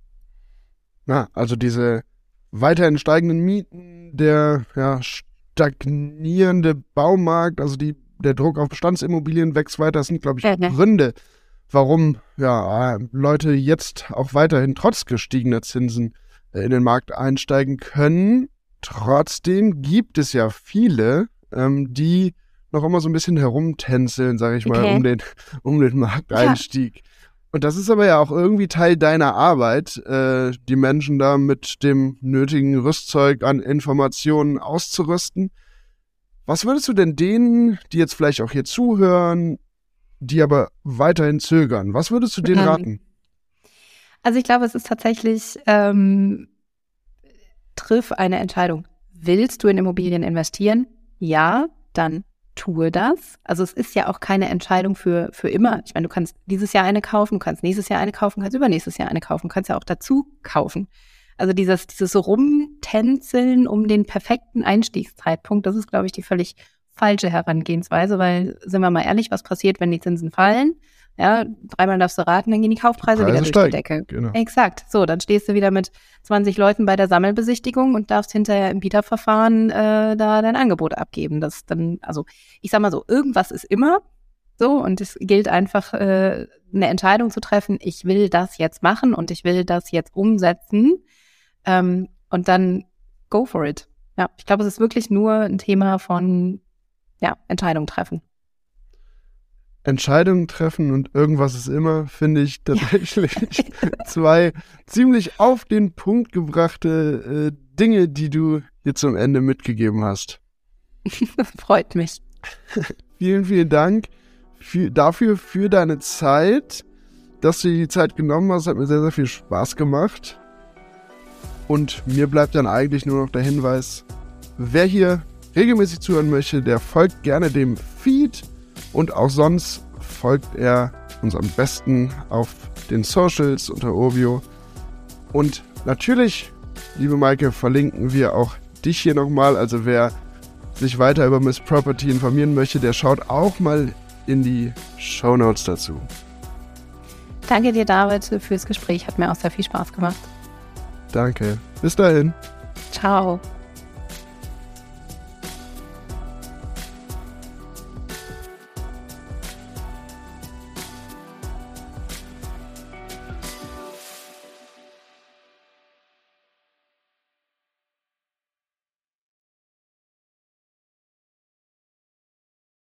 Na, also diese weiterhin steigenden Mieten, der ja, stagnierende Baumarkt, also die, der Druck auf Bestandsimmobilien wächst weiter, das sind, glaube ich, mhm. Gründe, warum ja Leute jetzt auch weiterhin trotz gestiegener Zinsen äh, in den Markt einsteigen können. Trotzdem gibt es ja viele, ähm, die noch immer so ein bisschen herumtänzeln, sage ich mal, okay. um den um den Markteinstieg. Ja. Und das ist aber ja auch irgendwie Teil deiner Arbeit, äh, die Menschen da mit dem nötigen Rüstzeug an Informationen auszurüsten. Was würdest du denn denen, die jetzt vielleicht auch hier zuhören, die aber weiterhin zögern, was würdest du denen raten? Also ich glaube, es ist tatsächlich, ähm, triff eine Entscheidung. Willst du in Immobilien investieren? Ja, dann tue das. Also es ist ja auch keine Entscheidung für, für immer. Ich meine, du kannst dieses Jahr eine kaufen, du kannst nächstes Jahr eine kaufen, kannst übernächstes Jahr eine kaufen, kannst ja auch dazu kaufen. Also dieses, dieses Rumtänzeln um den perfekten Einstiegszeitpunkt, das ist, glaube ich, die völlig falsche Herangehensweise, weil, sind wir mal ehrlich, was passiert, wenn die Zinsen fallen? Ja, dreimal darfst du raten, dann gehen die Kaufpreise Preise wieder durch steigen. Die Decke. Genau. Exakt. So, dann stehst du wieder mit zwanzig Leuten bei der Sammelbesichtigung und darfst hinterher im Bieterverfahren äh, da dein Angebot abgeben. Das dann, also ich sag mal so, irgendwas ist immer so und es gilt einfach, äh, eine Entscheidung zu treffen, ich will das jetzt machen und ich will das jetzt umsetzen. Ähm, und dann go for it. Ja, ich glaube, es ist wirklich nur ein Thema von ja, Entscheidung treffen. Entscheidungen treffen und irgendwas ist immer, finde ich tatsächlich ja. zwei ziemlich auf den Punkt gebrachte äh, Dinge, die du hier zum Ende mitgegeben hast. Das freut mich. Vielen, vielen Dank für, dafür, für deine Zeit, dass du dir die Zeit genommen hast. Hat mir sehr, sehr viel Spaß gemacht. Und mir bleibt dann eigentlich nur noch der Hinweis, wer hier regelmäßig zuhören möchte, der folgt gerne dem Feed und auch sonst folgt er uns am besten auf den Socials unter Ovio. Und natürlich, liebe Maike, verlinken wir auch dich hier nochmal. Also wer sich weiter über Miss Property informieren möchte, der schaut auch mal in die Shownotes dazu. Danke dir, David, fürs Gespräch. Hat mir auch sehr viel Spaß gemacht. Danke. Bis dahin. Ciao.